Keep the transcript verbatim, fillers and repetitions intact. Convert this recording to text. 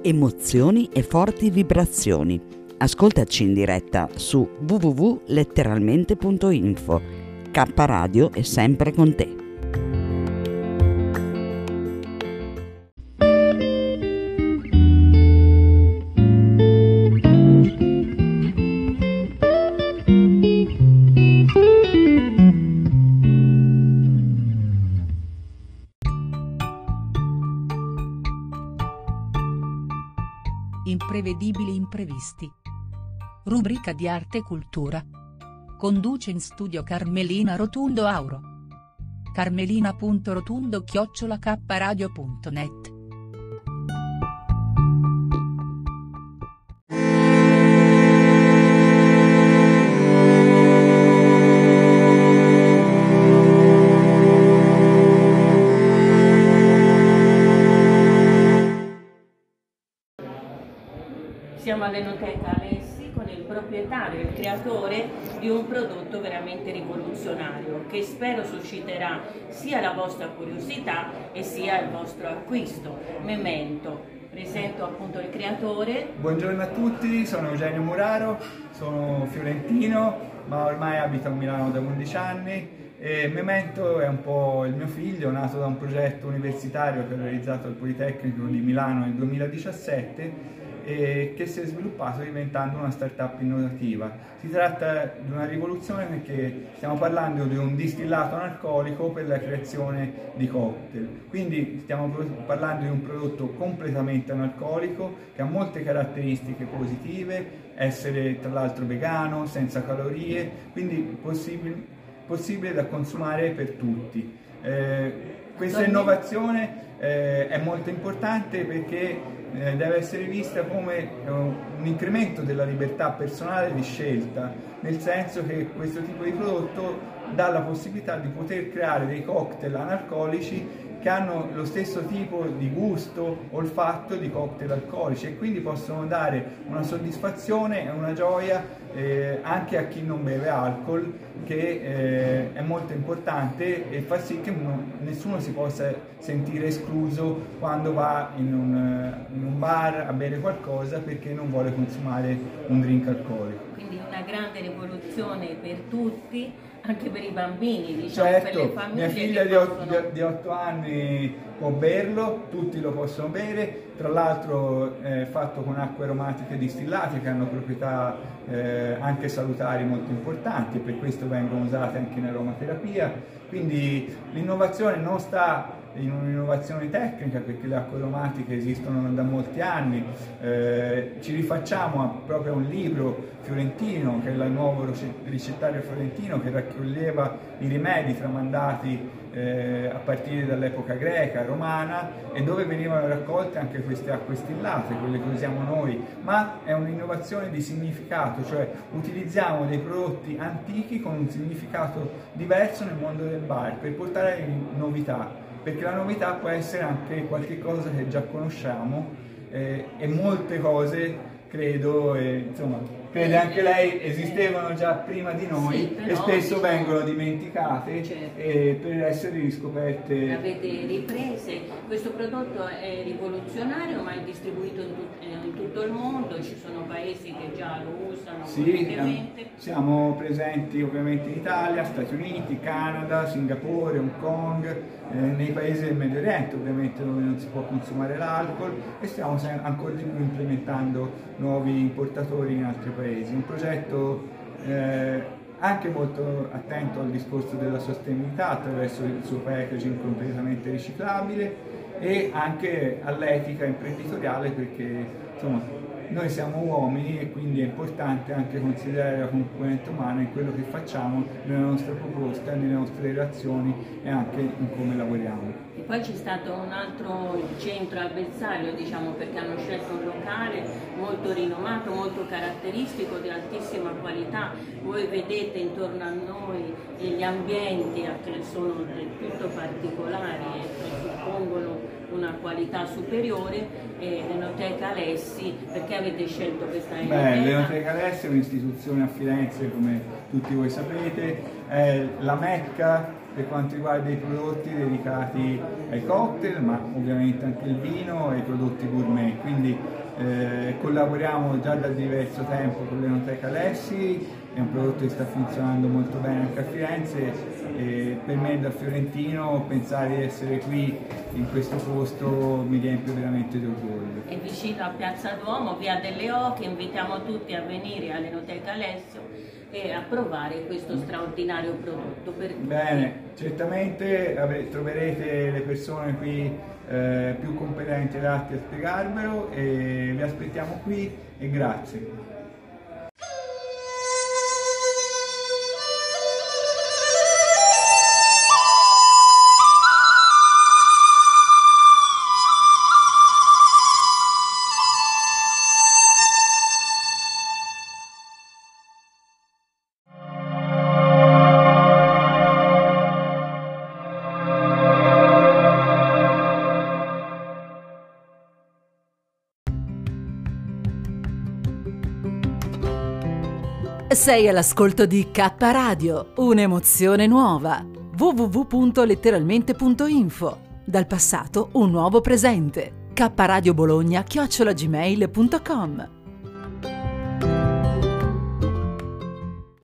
emozioni e forti vibrazioni. Ascoltaci in diretta su w w w punto letteralmente punto info. K Radio è sempre con te. Imprevedibili imprevisti. Rubrica di arte e cultura. Conduce in studio Carmelina Rotundo Auro. carmelina punto rotundo chiocciola k radio punto net. Siamo all'Enoteca Alessi con il proprietario, il creatore di un prodotto veramente rivoluzionario che spero susciterà sia la vostra curiosità e sia il vostro acquisto. Memento, presento appunto il creatore. Buongiorno a tutti, sono Eugenio Muraro, sono fiorentino ma ormai abito a Milano da undici anni e Memento è un po' il mio figlio, nato da un progetto universitario che ho realizzato al Politecnico di Milano nel duemiladiciassette e che si è sviluppato diventando una startup innovativa. Si tratta di una rivoluzione perché stiamo parlando di un distillato analcolico per la creazione di cocktail, quindi stiamo parlando di un prodotto completamente analcolico che ha molte caratteristiche positive, essere tra l'altro vegano, senza calorie, quindi possibile, possibile da consumare per tutti. Eh, questa innovazione eh, è molto importante perché Eh, deve essere vista come eh, un incremento della libertà personale di scelta, nel senso che questo tipo di prodotto dà la possibilità di poter creare dei cocktail analcolici che hanno lo stesso tipo di gusto, olfatto di cocktail alcolici e quindi possono dare una soddisfazione e una gioia eh, anche a chi non beve alcol, che eh, è molto importante e fa sì che uno, nessuno si possa sentire escluso quando va in un, in un bar a bere qualcosa perché non vuole consumare un drink alcolico. Quindi una grande rivoluzione per tutti, anche per i bambini, diciamo, certo, per le famiglie. Mia figlia di, possono... di otto anni può berlo, tutti lo possono bere, tra l'altro è fatto con acque aromatiche distillate che hanno proprietà eh, anche salutari molto importanti e per questo vengono usate anche in aromaterapia, quindi l'innovazione non sta in un'innovazione tecnica perché le acque aromatiche esistono da molti anni, eh, ci rifacciamo a, proprio a un libro fiorentino che è il nuovo ricettario fiorentino che raccoglieva i rimedi tramandati eh, a partire dall'epoca greca, romana e dove venivano raccolte anche queste acque stillate, quelle che usiamo noi, ma è un'innovazione di significato, cioè utilizziamo dei prodotti antichi con un significato diverso nel mondo del bar per portare novità. Perché la novità può essere anche qualche cosa che già conosciamo eh, e molte cose, credo, eh, insomma, crede anche lei, esistevano già prima di noi sì, però, e spesso diciamo, vengono dimenticate certo. eh, per essere riscoperte. Avete riprese, questo prodotto è rivoluzionario ma è distribuito in, tut in tutto il mondo, ci sono paesi che già lo usano. Sì, siamo presenti ovviamente in Italia, Stati Uniti, Canada, Singapore, Hong Kong, eh, nei paesi del Medio Oriente ovviamente dove non si può consumare l'alcol e stiamo ancora di più implementando nuovi importatori in altri paesi. Un progetto eh, anche molto attento al discorso della sostenibilità attraverso il suo packaging completamente riciclabile e anche all'etica imprenditoriale perché insomma noi siamo uomini e quindi è importante anche considerare la componente umana in quello che facciamo, nella nostra proposta, nelle nostre relazioni e anche in come lavoriamo. E poi c'è stato un altro centro al bersaglio, diciamo, perché hanno scelto un locale molto rinomato, molto caratteristico, di altissima qualità. Voi vedete intorno a noi gli ambienti che sono del tutto particolari e presuppongono una qualità superiore. E l'Enoteca Alessi, perché avete scelto questa enoteca? L'Enoteca Alessi è un'istituzione a Firenze, come tutti voi sapete, è la mecca per quanto riguarda i prodotti dedicati ai cocktail, ma ovviamente anche il vino e i prodotti gourmet. Quindi eh, collaboriamo già da diverso tempo con l'Enoteca Lessi, è un prodotto che sta funzionando molto bene anche a Firenze, e per me da fiorentino pensare di essere qui in questo posto mi riempie veramente di orgoglio. È vicino a Piazza Duomo, via delle Oche, invitiamo tutti a venire all'Enoteca Alessio e a provare questo straordinario prodotto per tutti. Bene, certamente troverete le persone qui eh, più competenti e adatti a spiegarvelo, e vi aspettiamo qui e grazie. Sei all'ascolto di K Radio, un'emozione nuova. w w w punto letteralmente punto info. Dal passato un nuovo presente. K Radio Bologna chiocciola gmail punto com.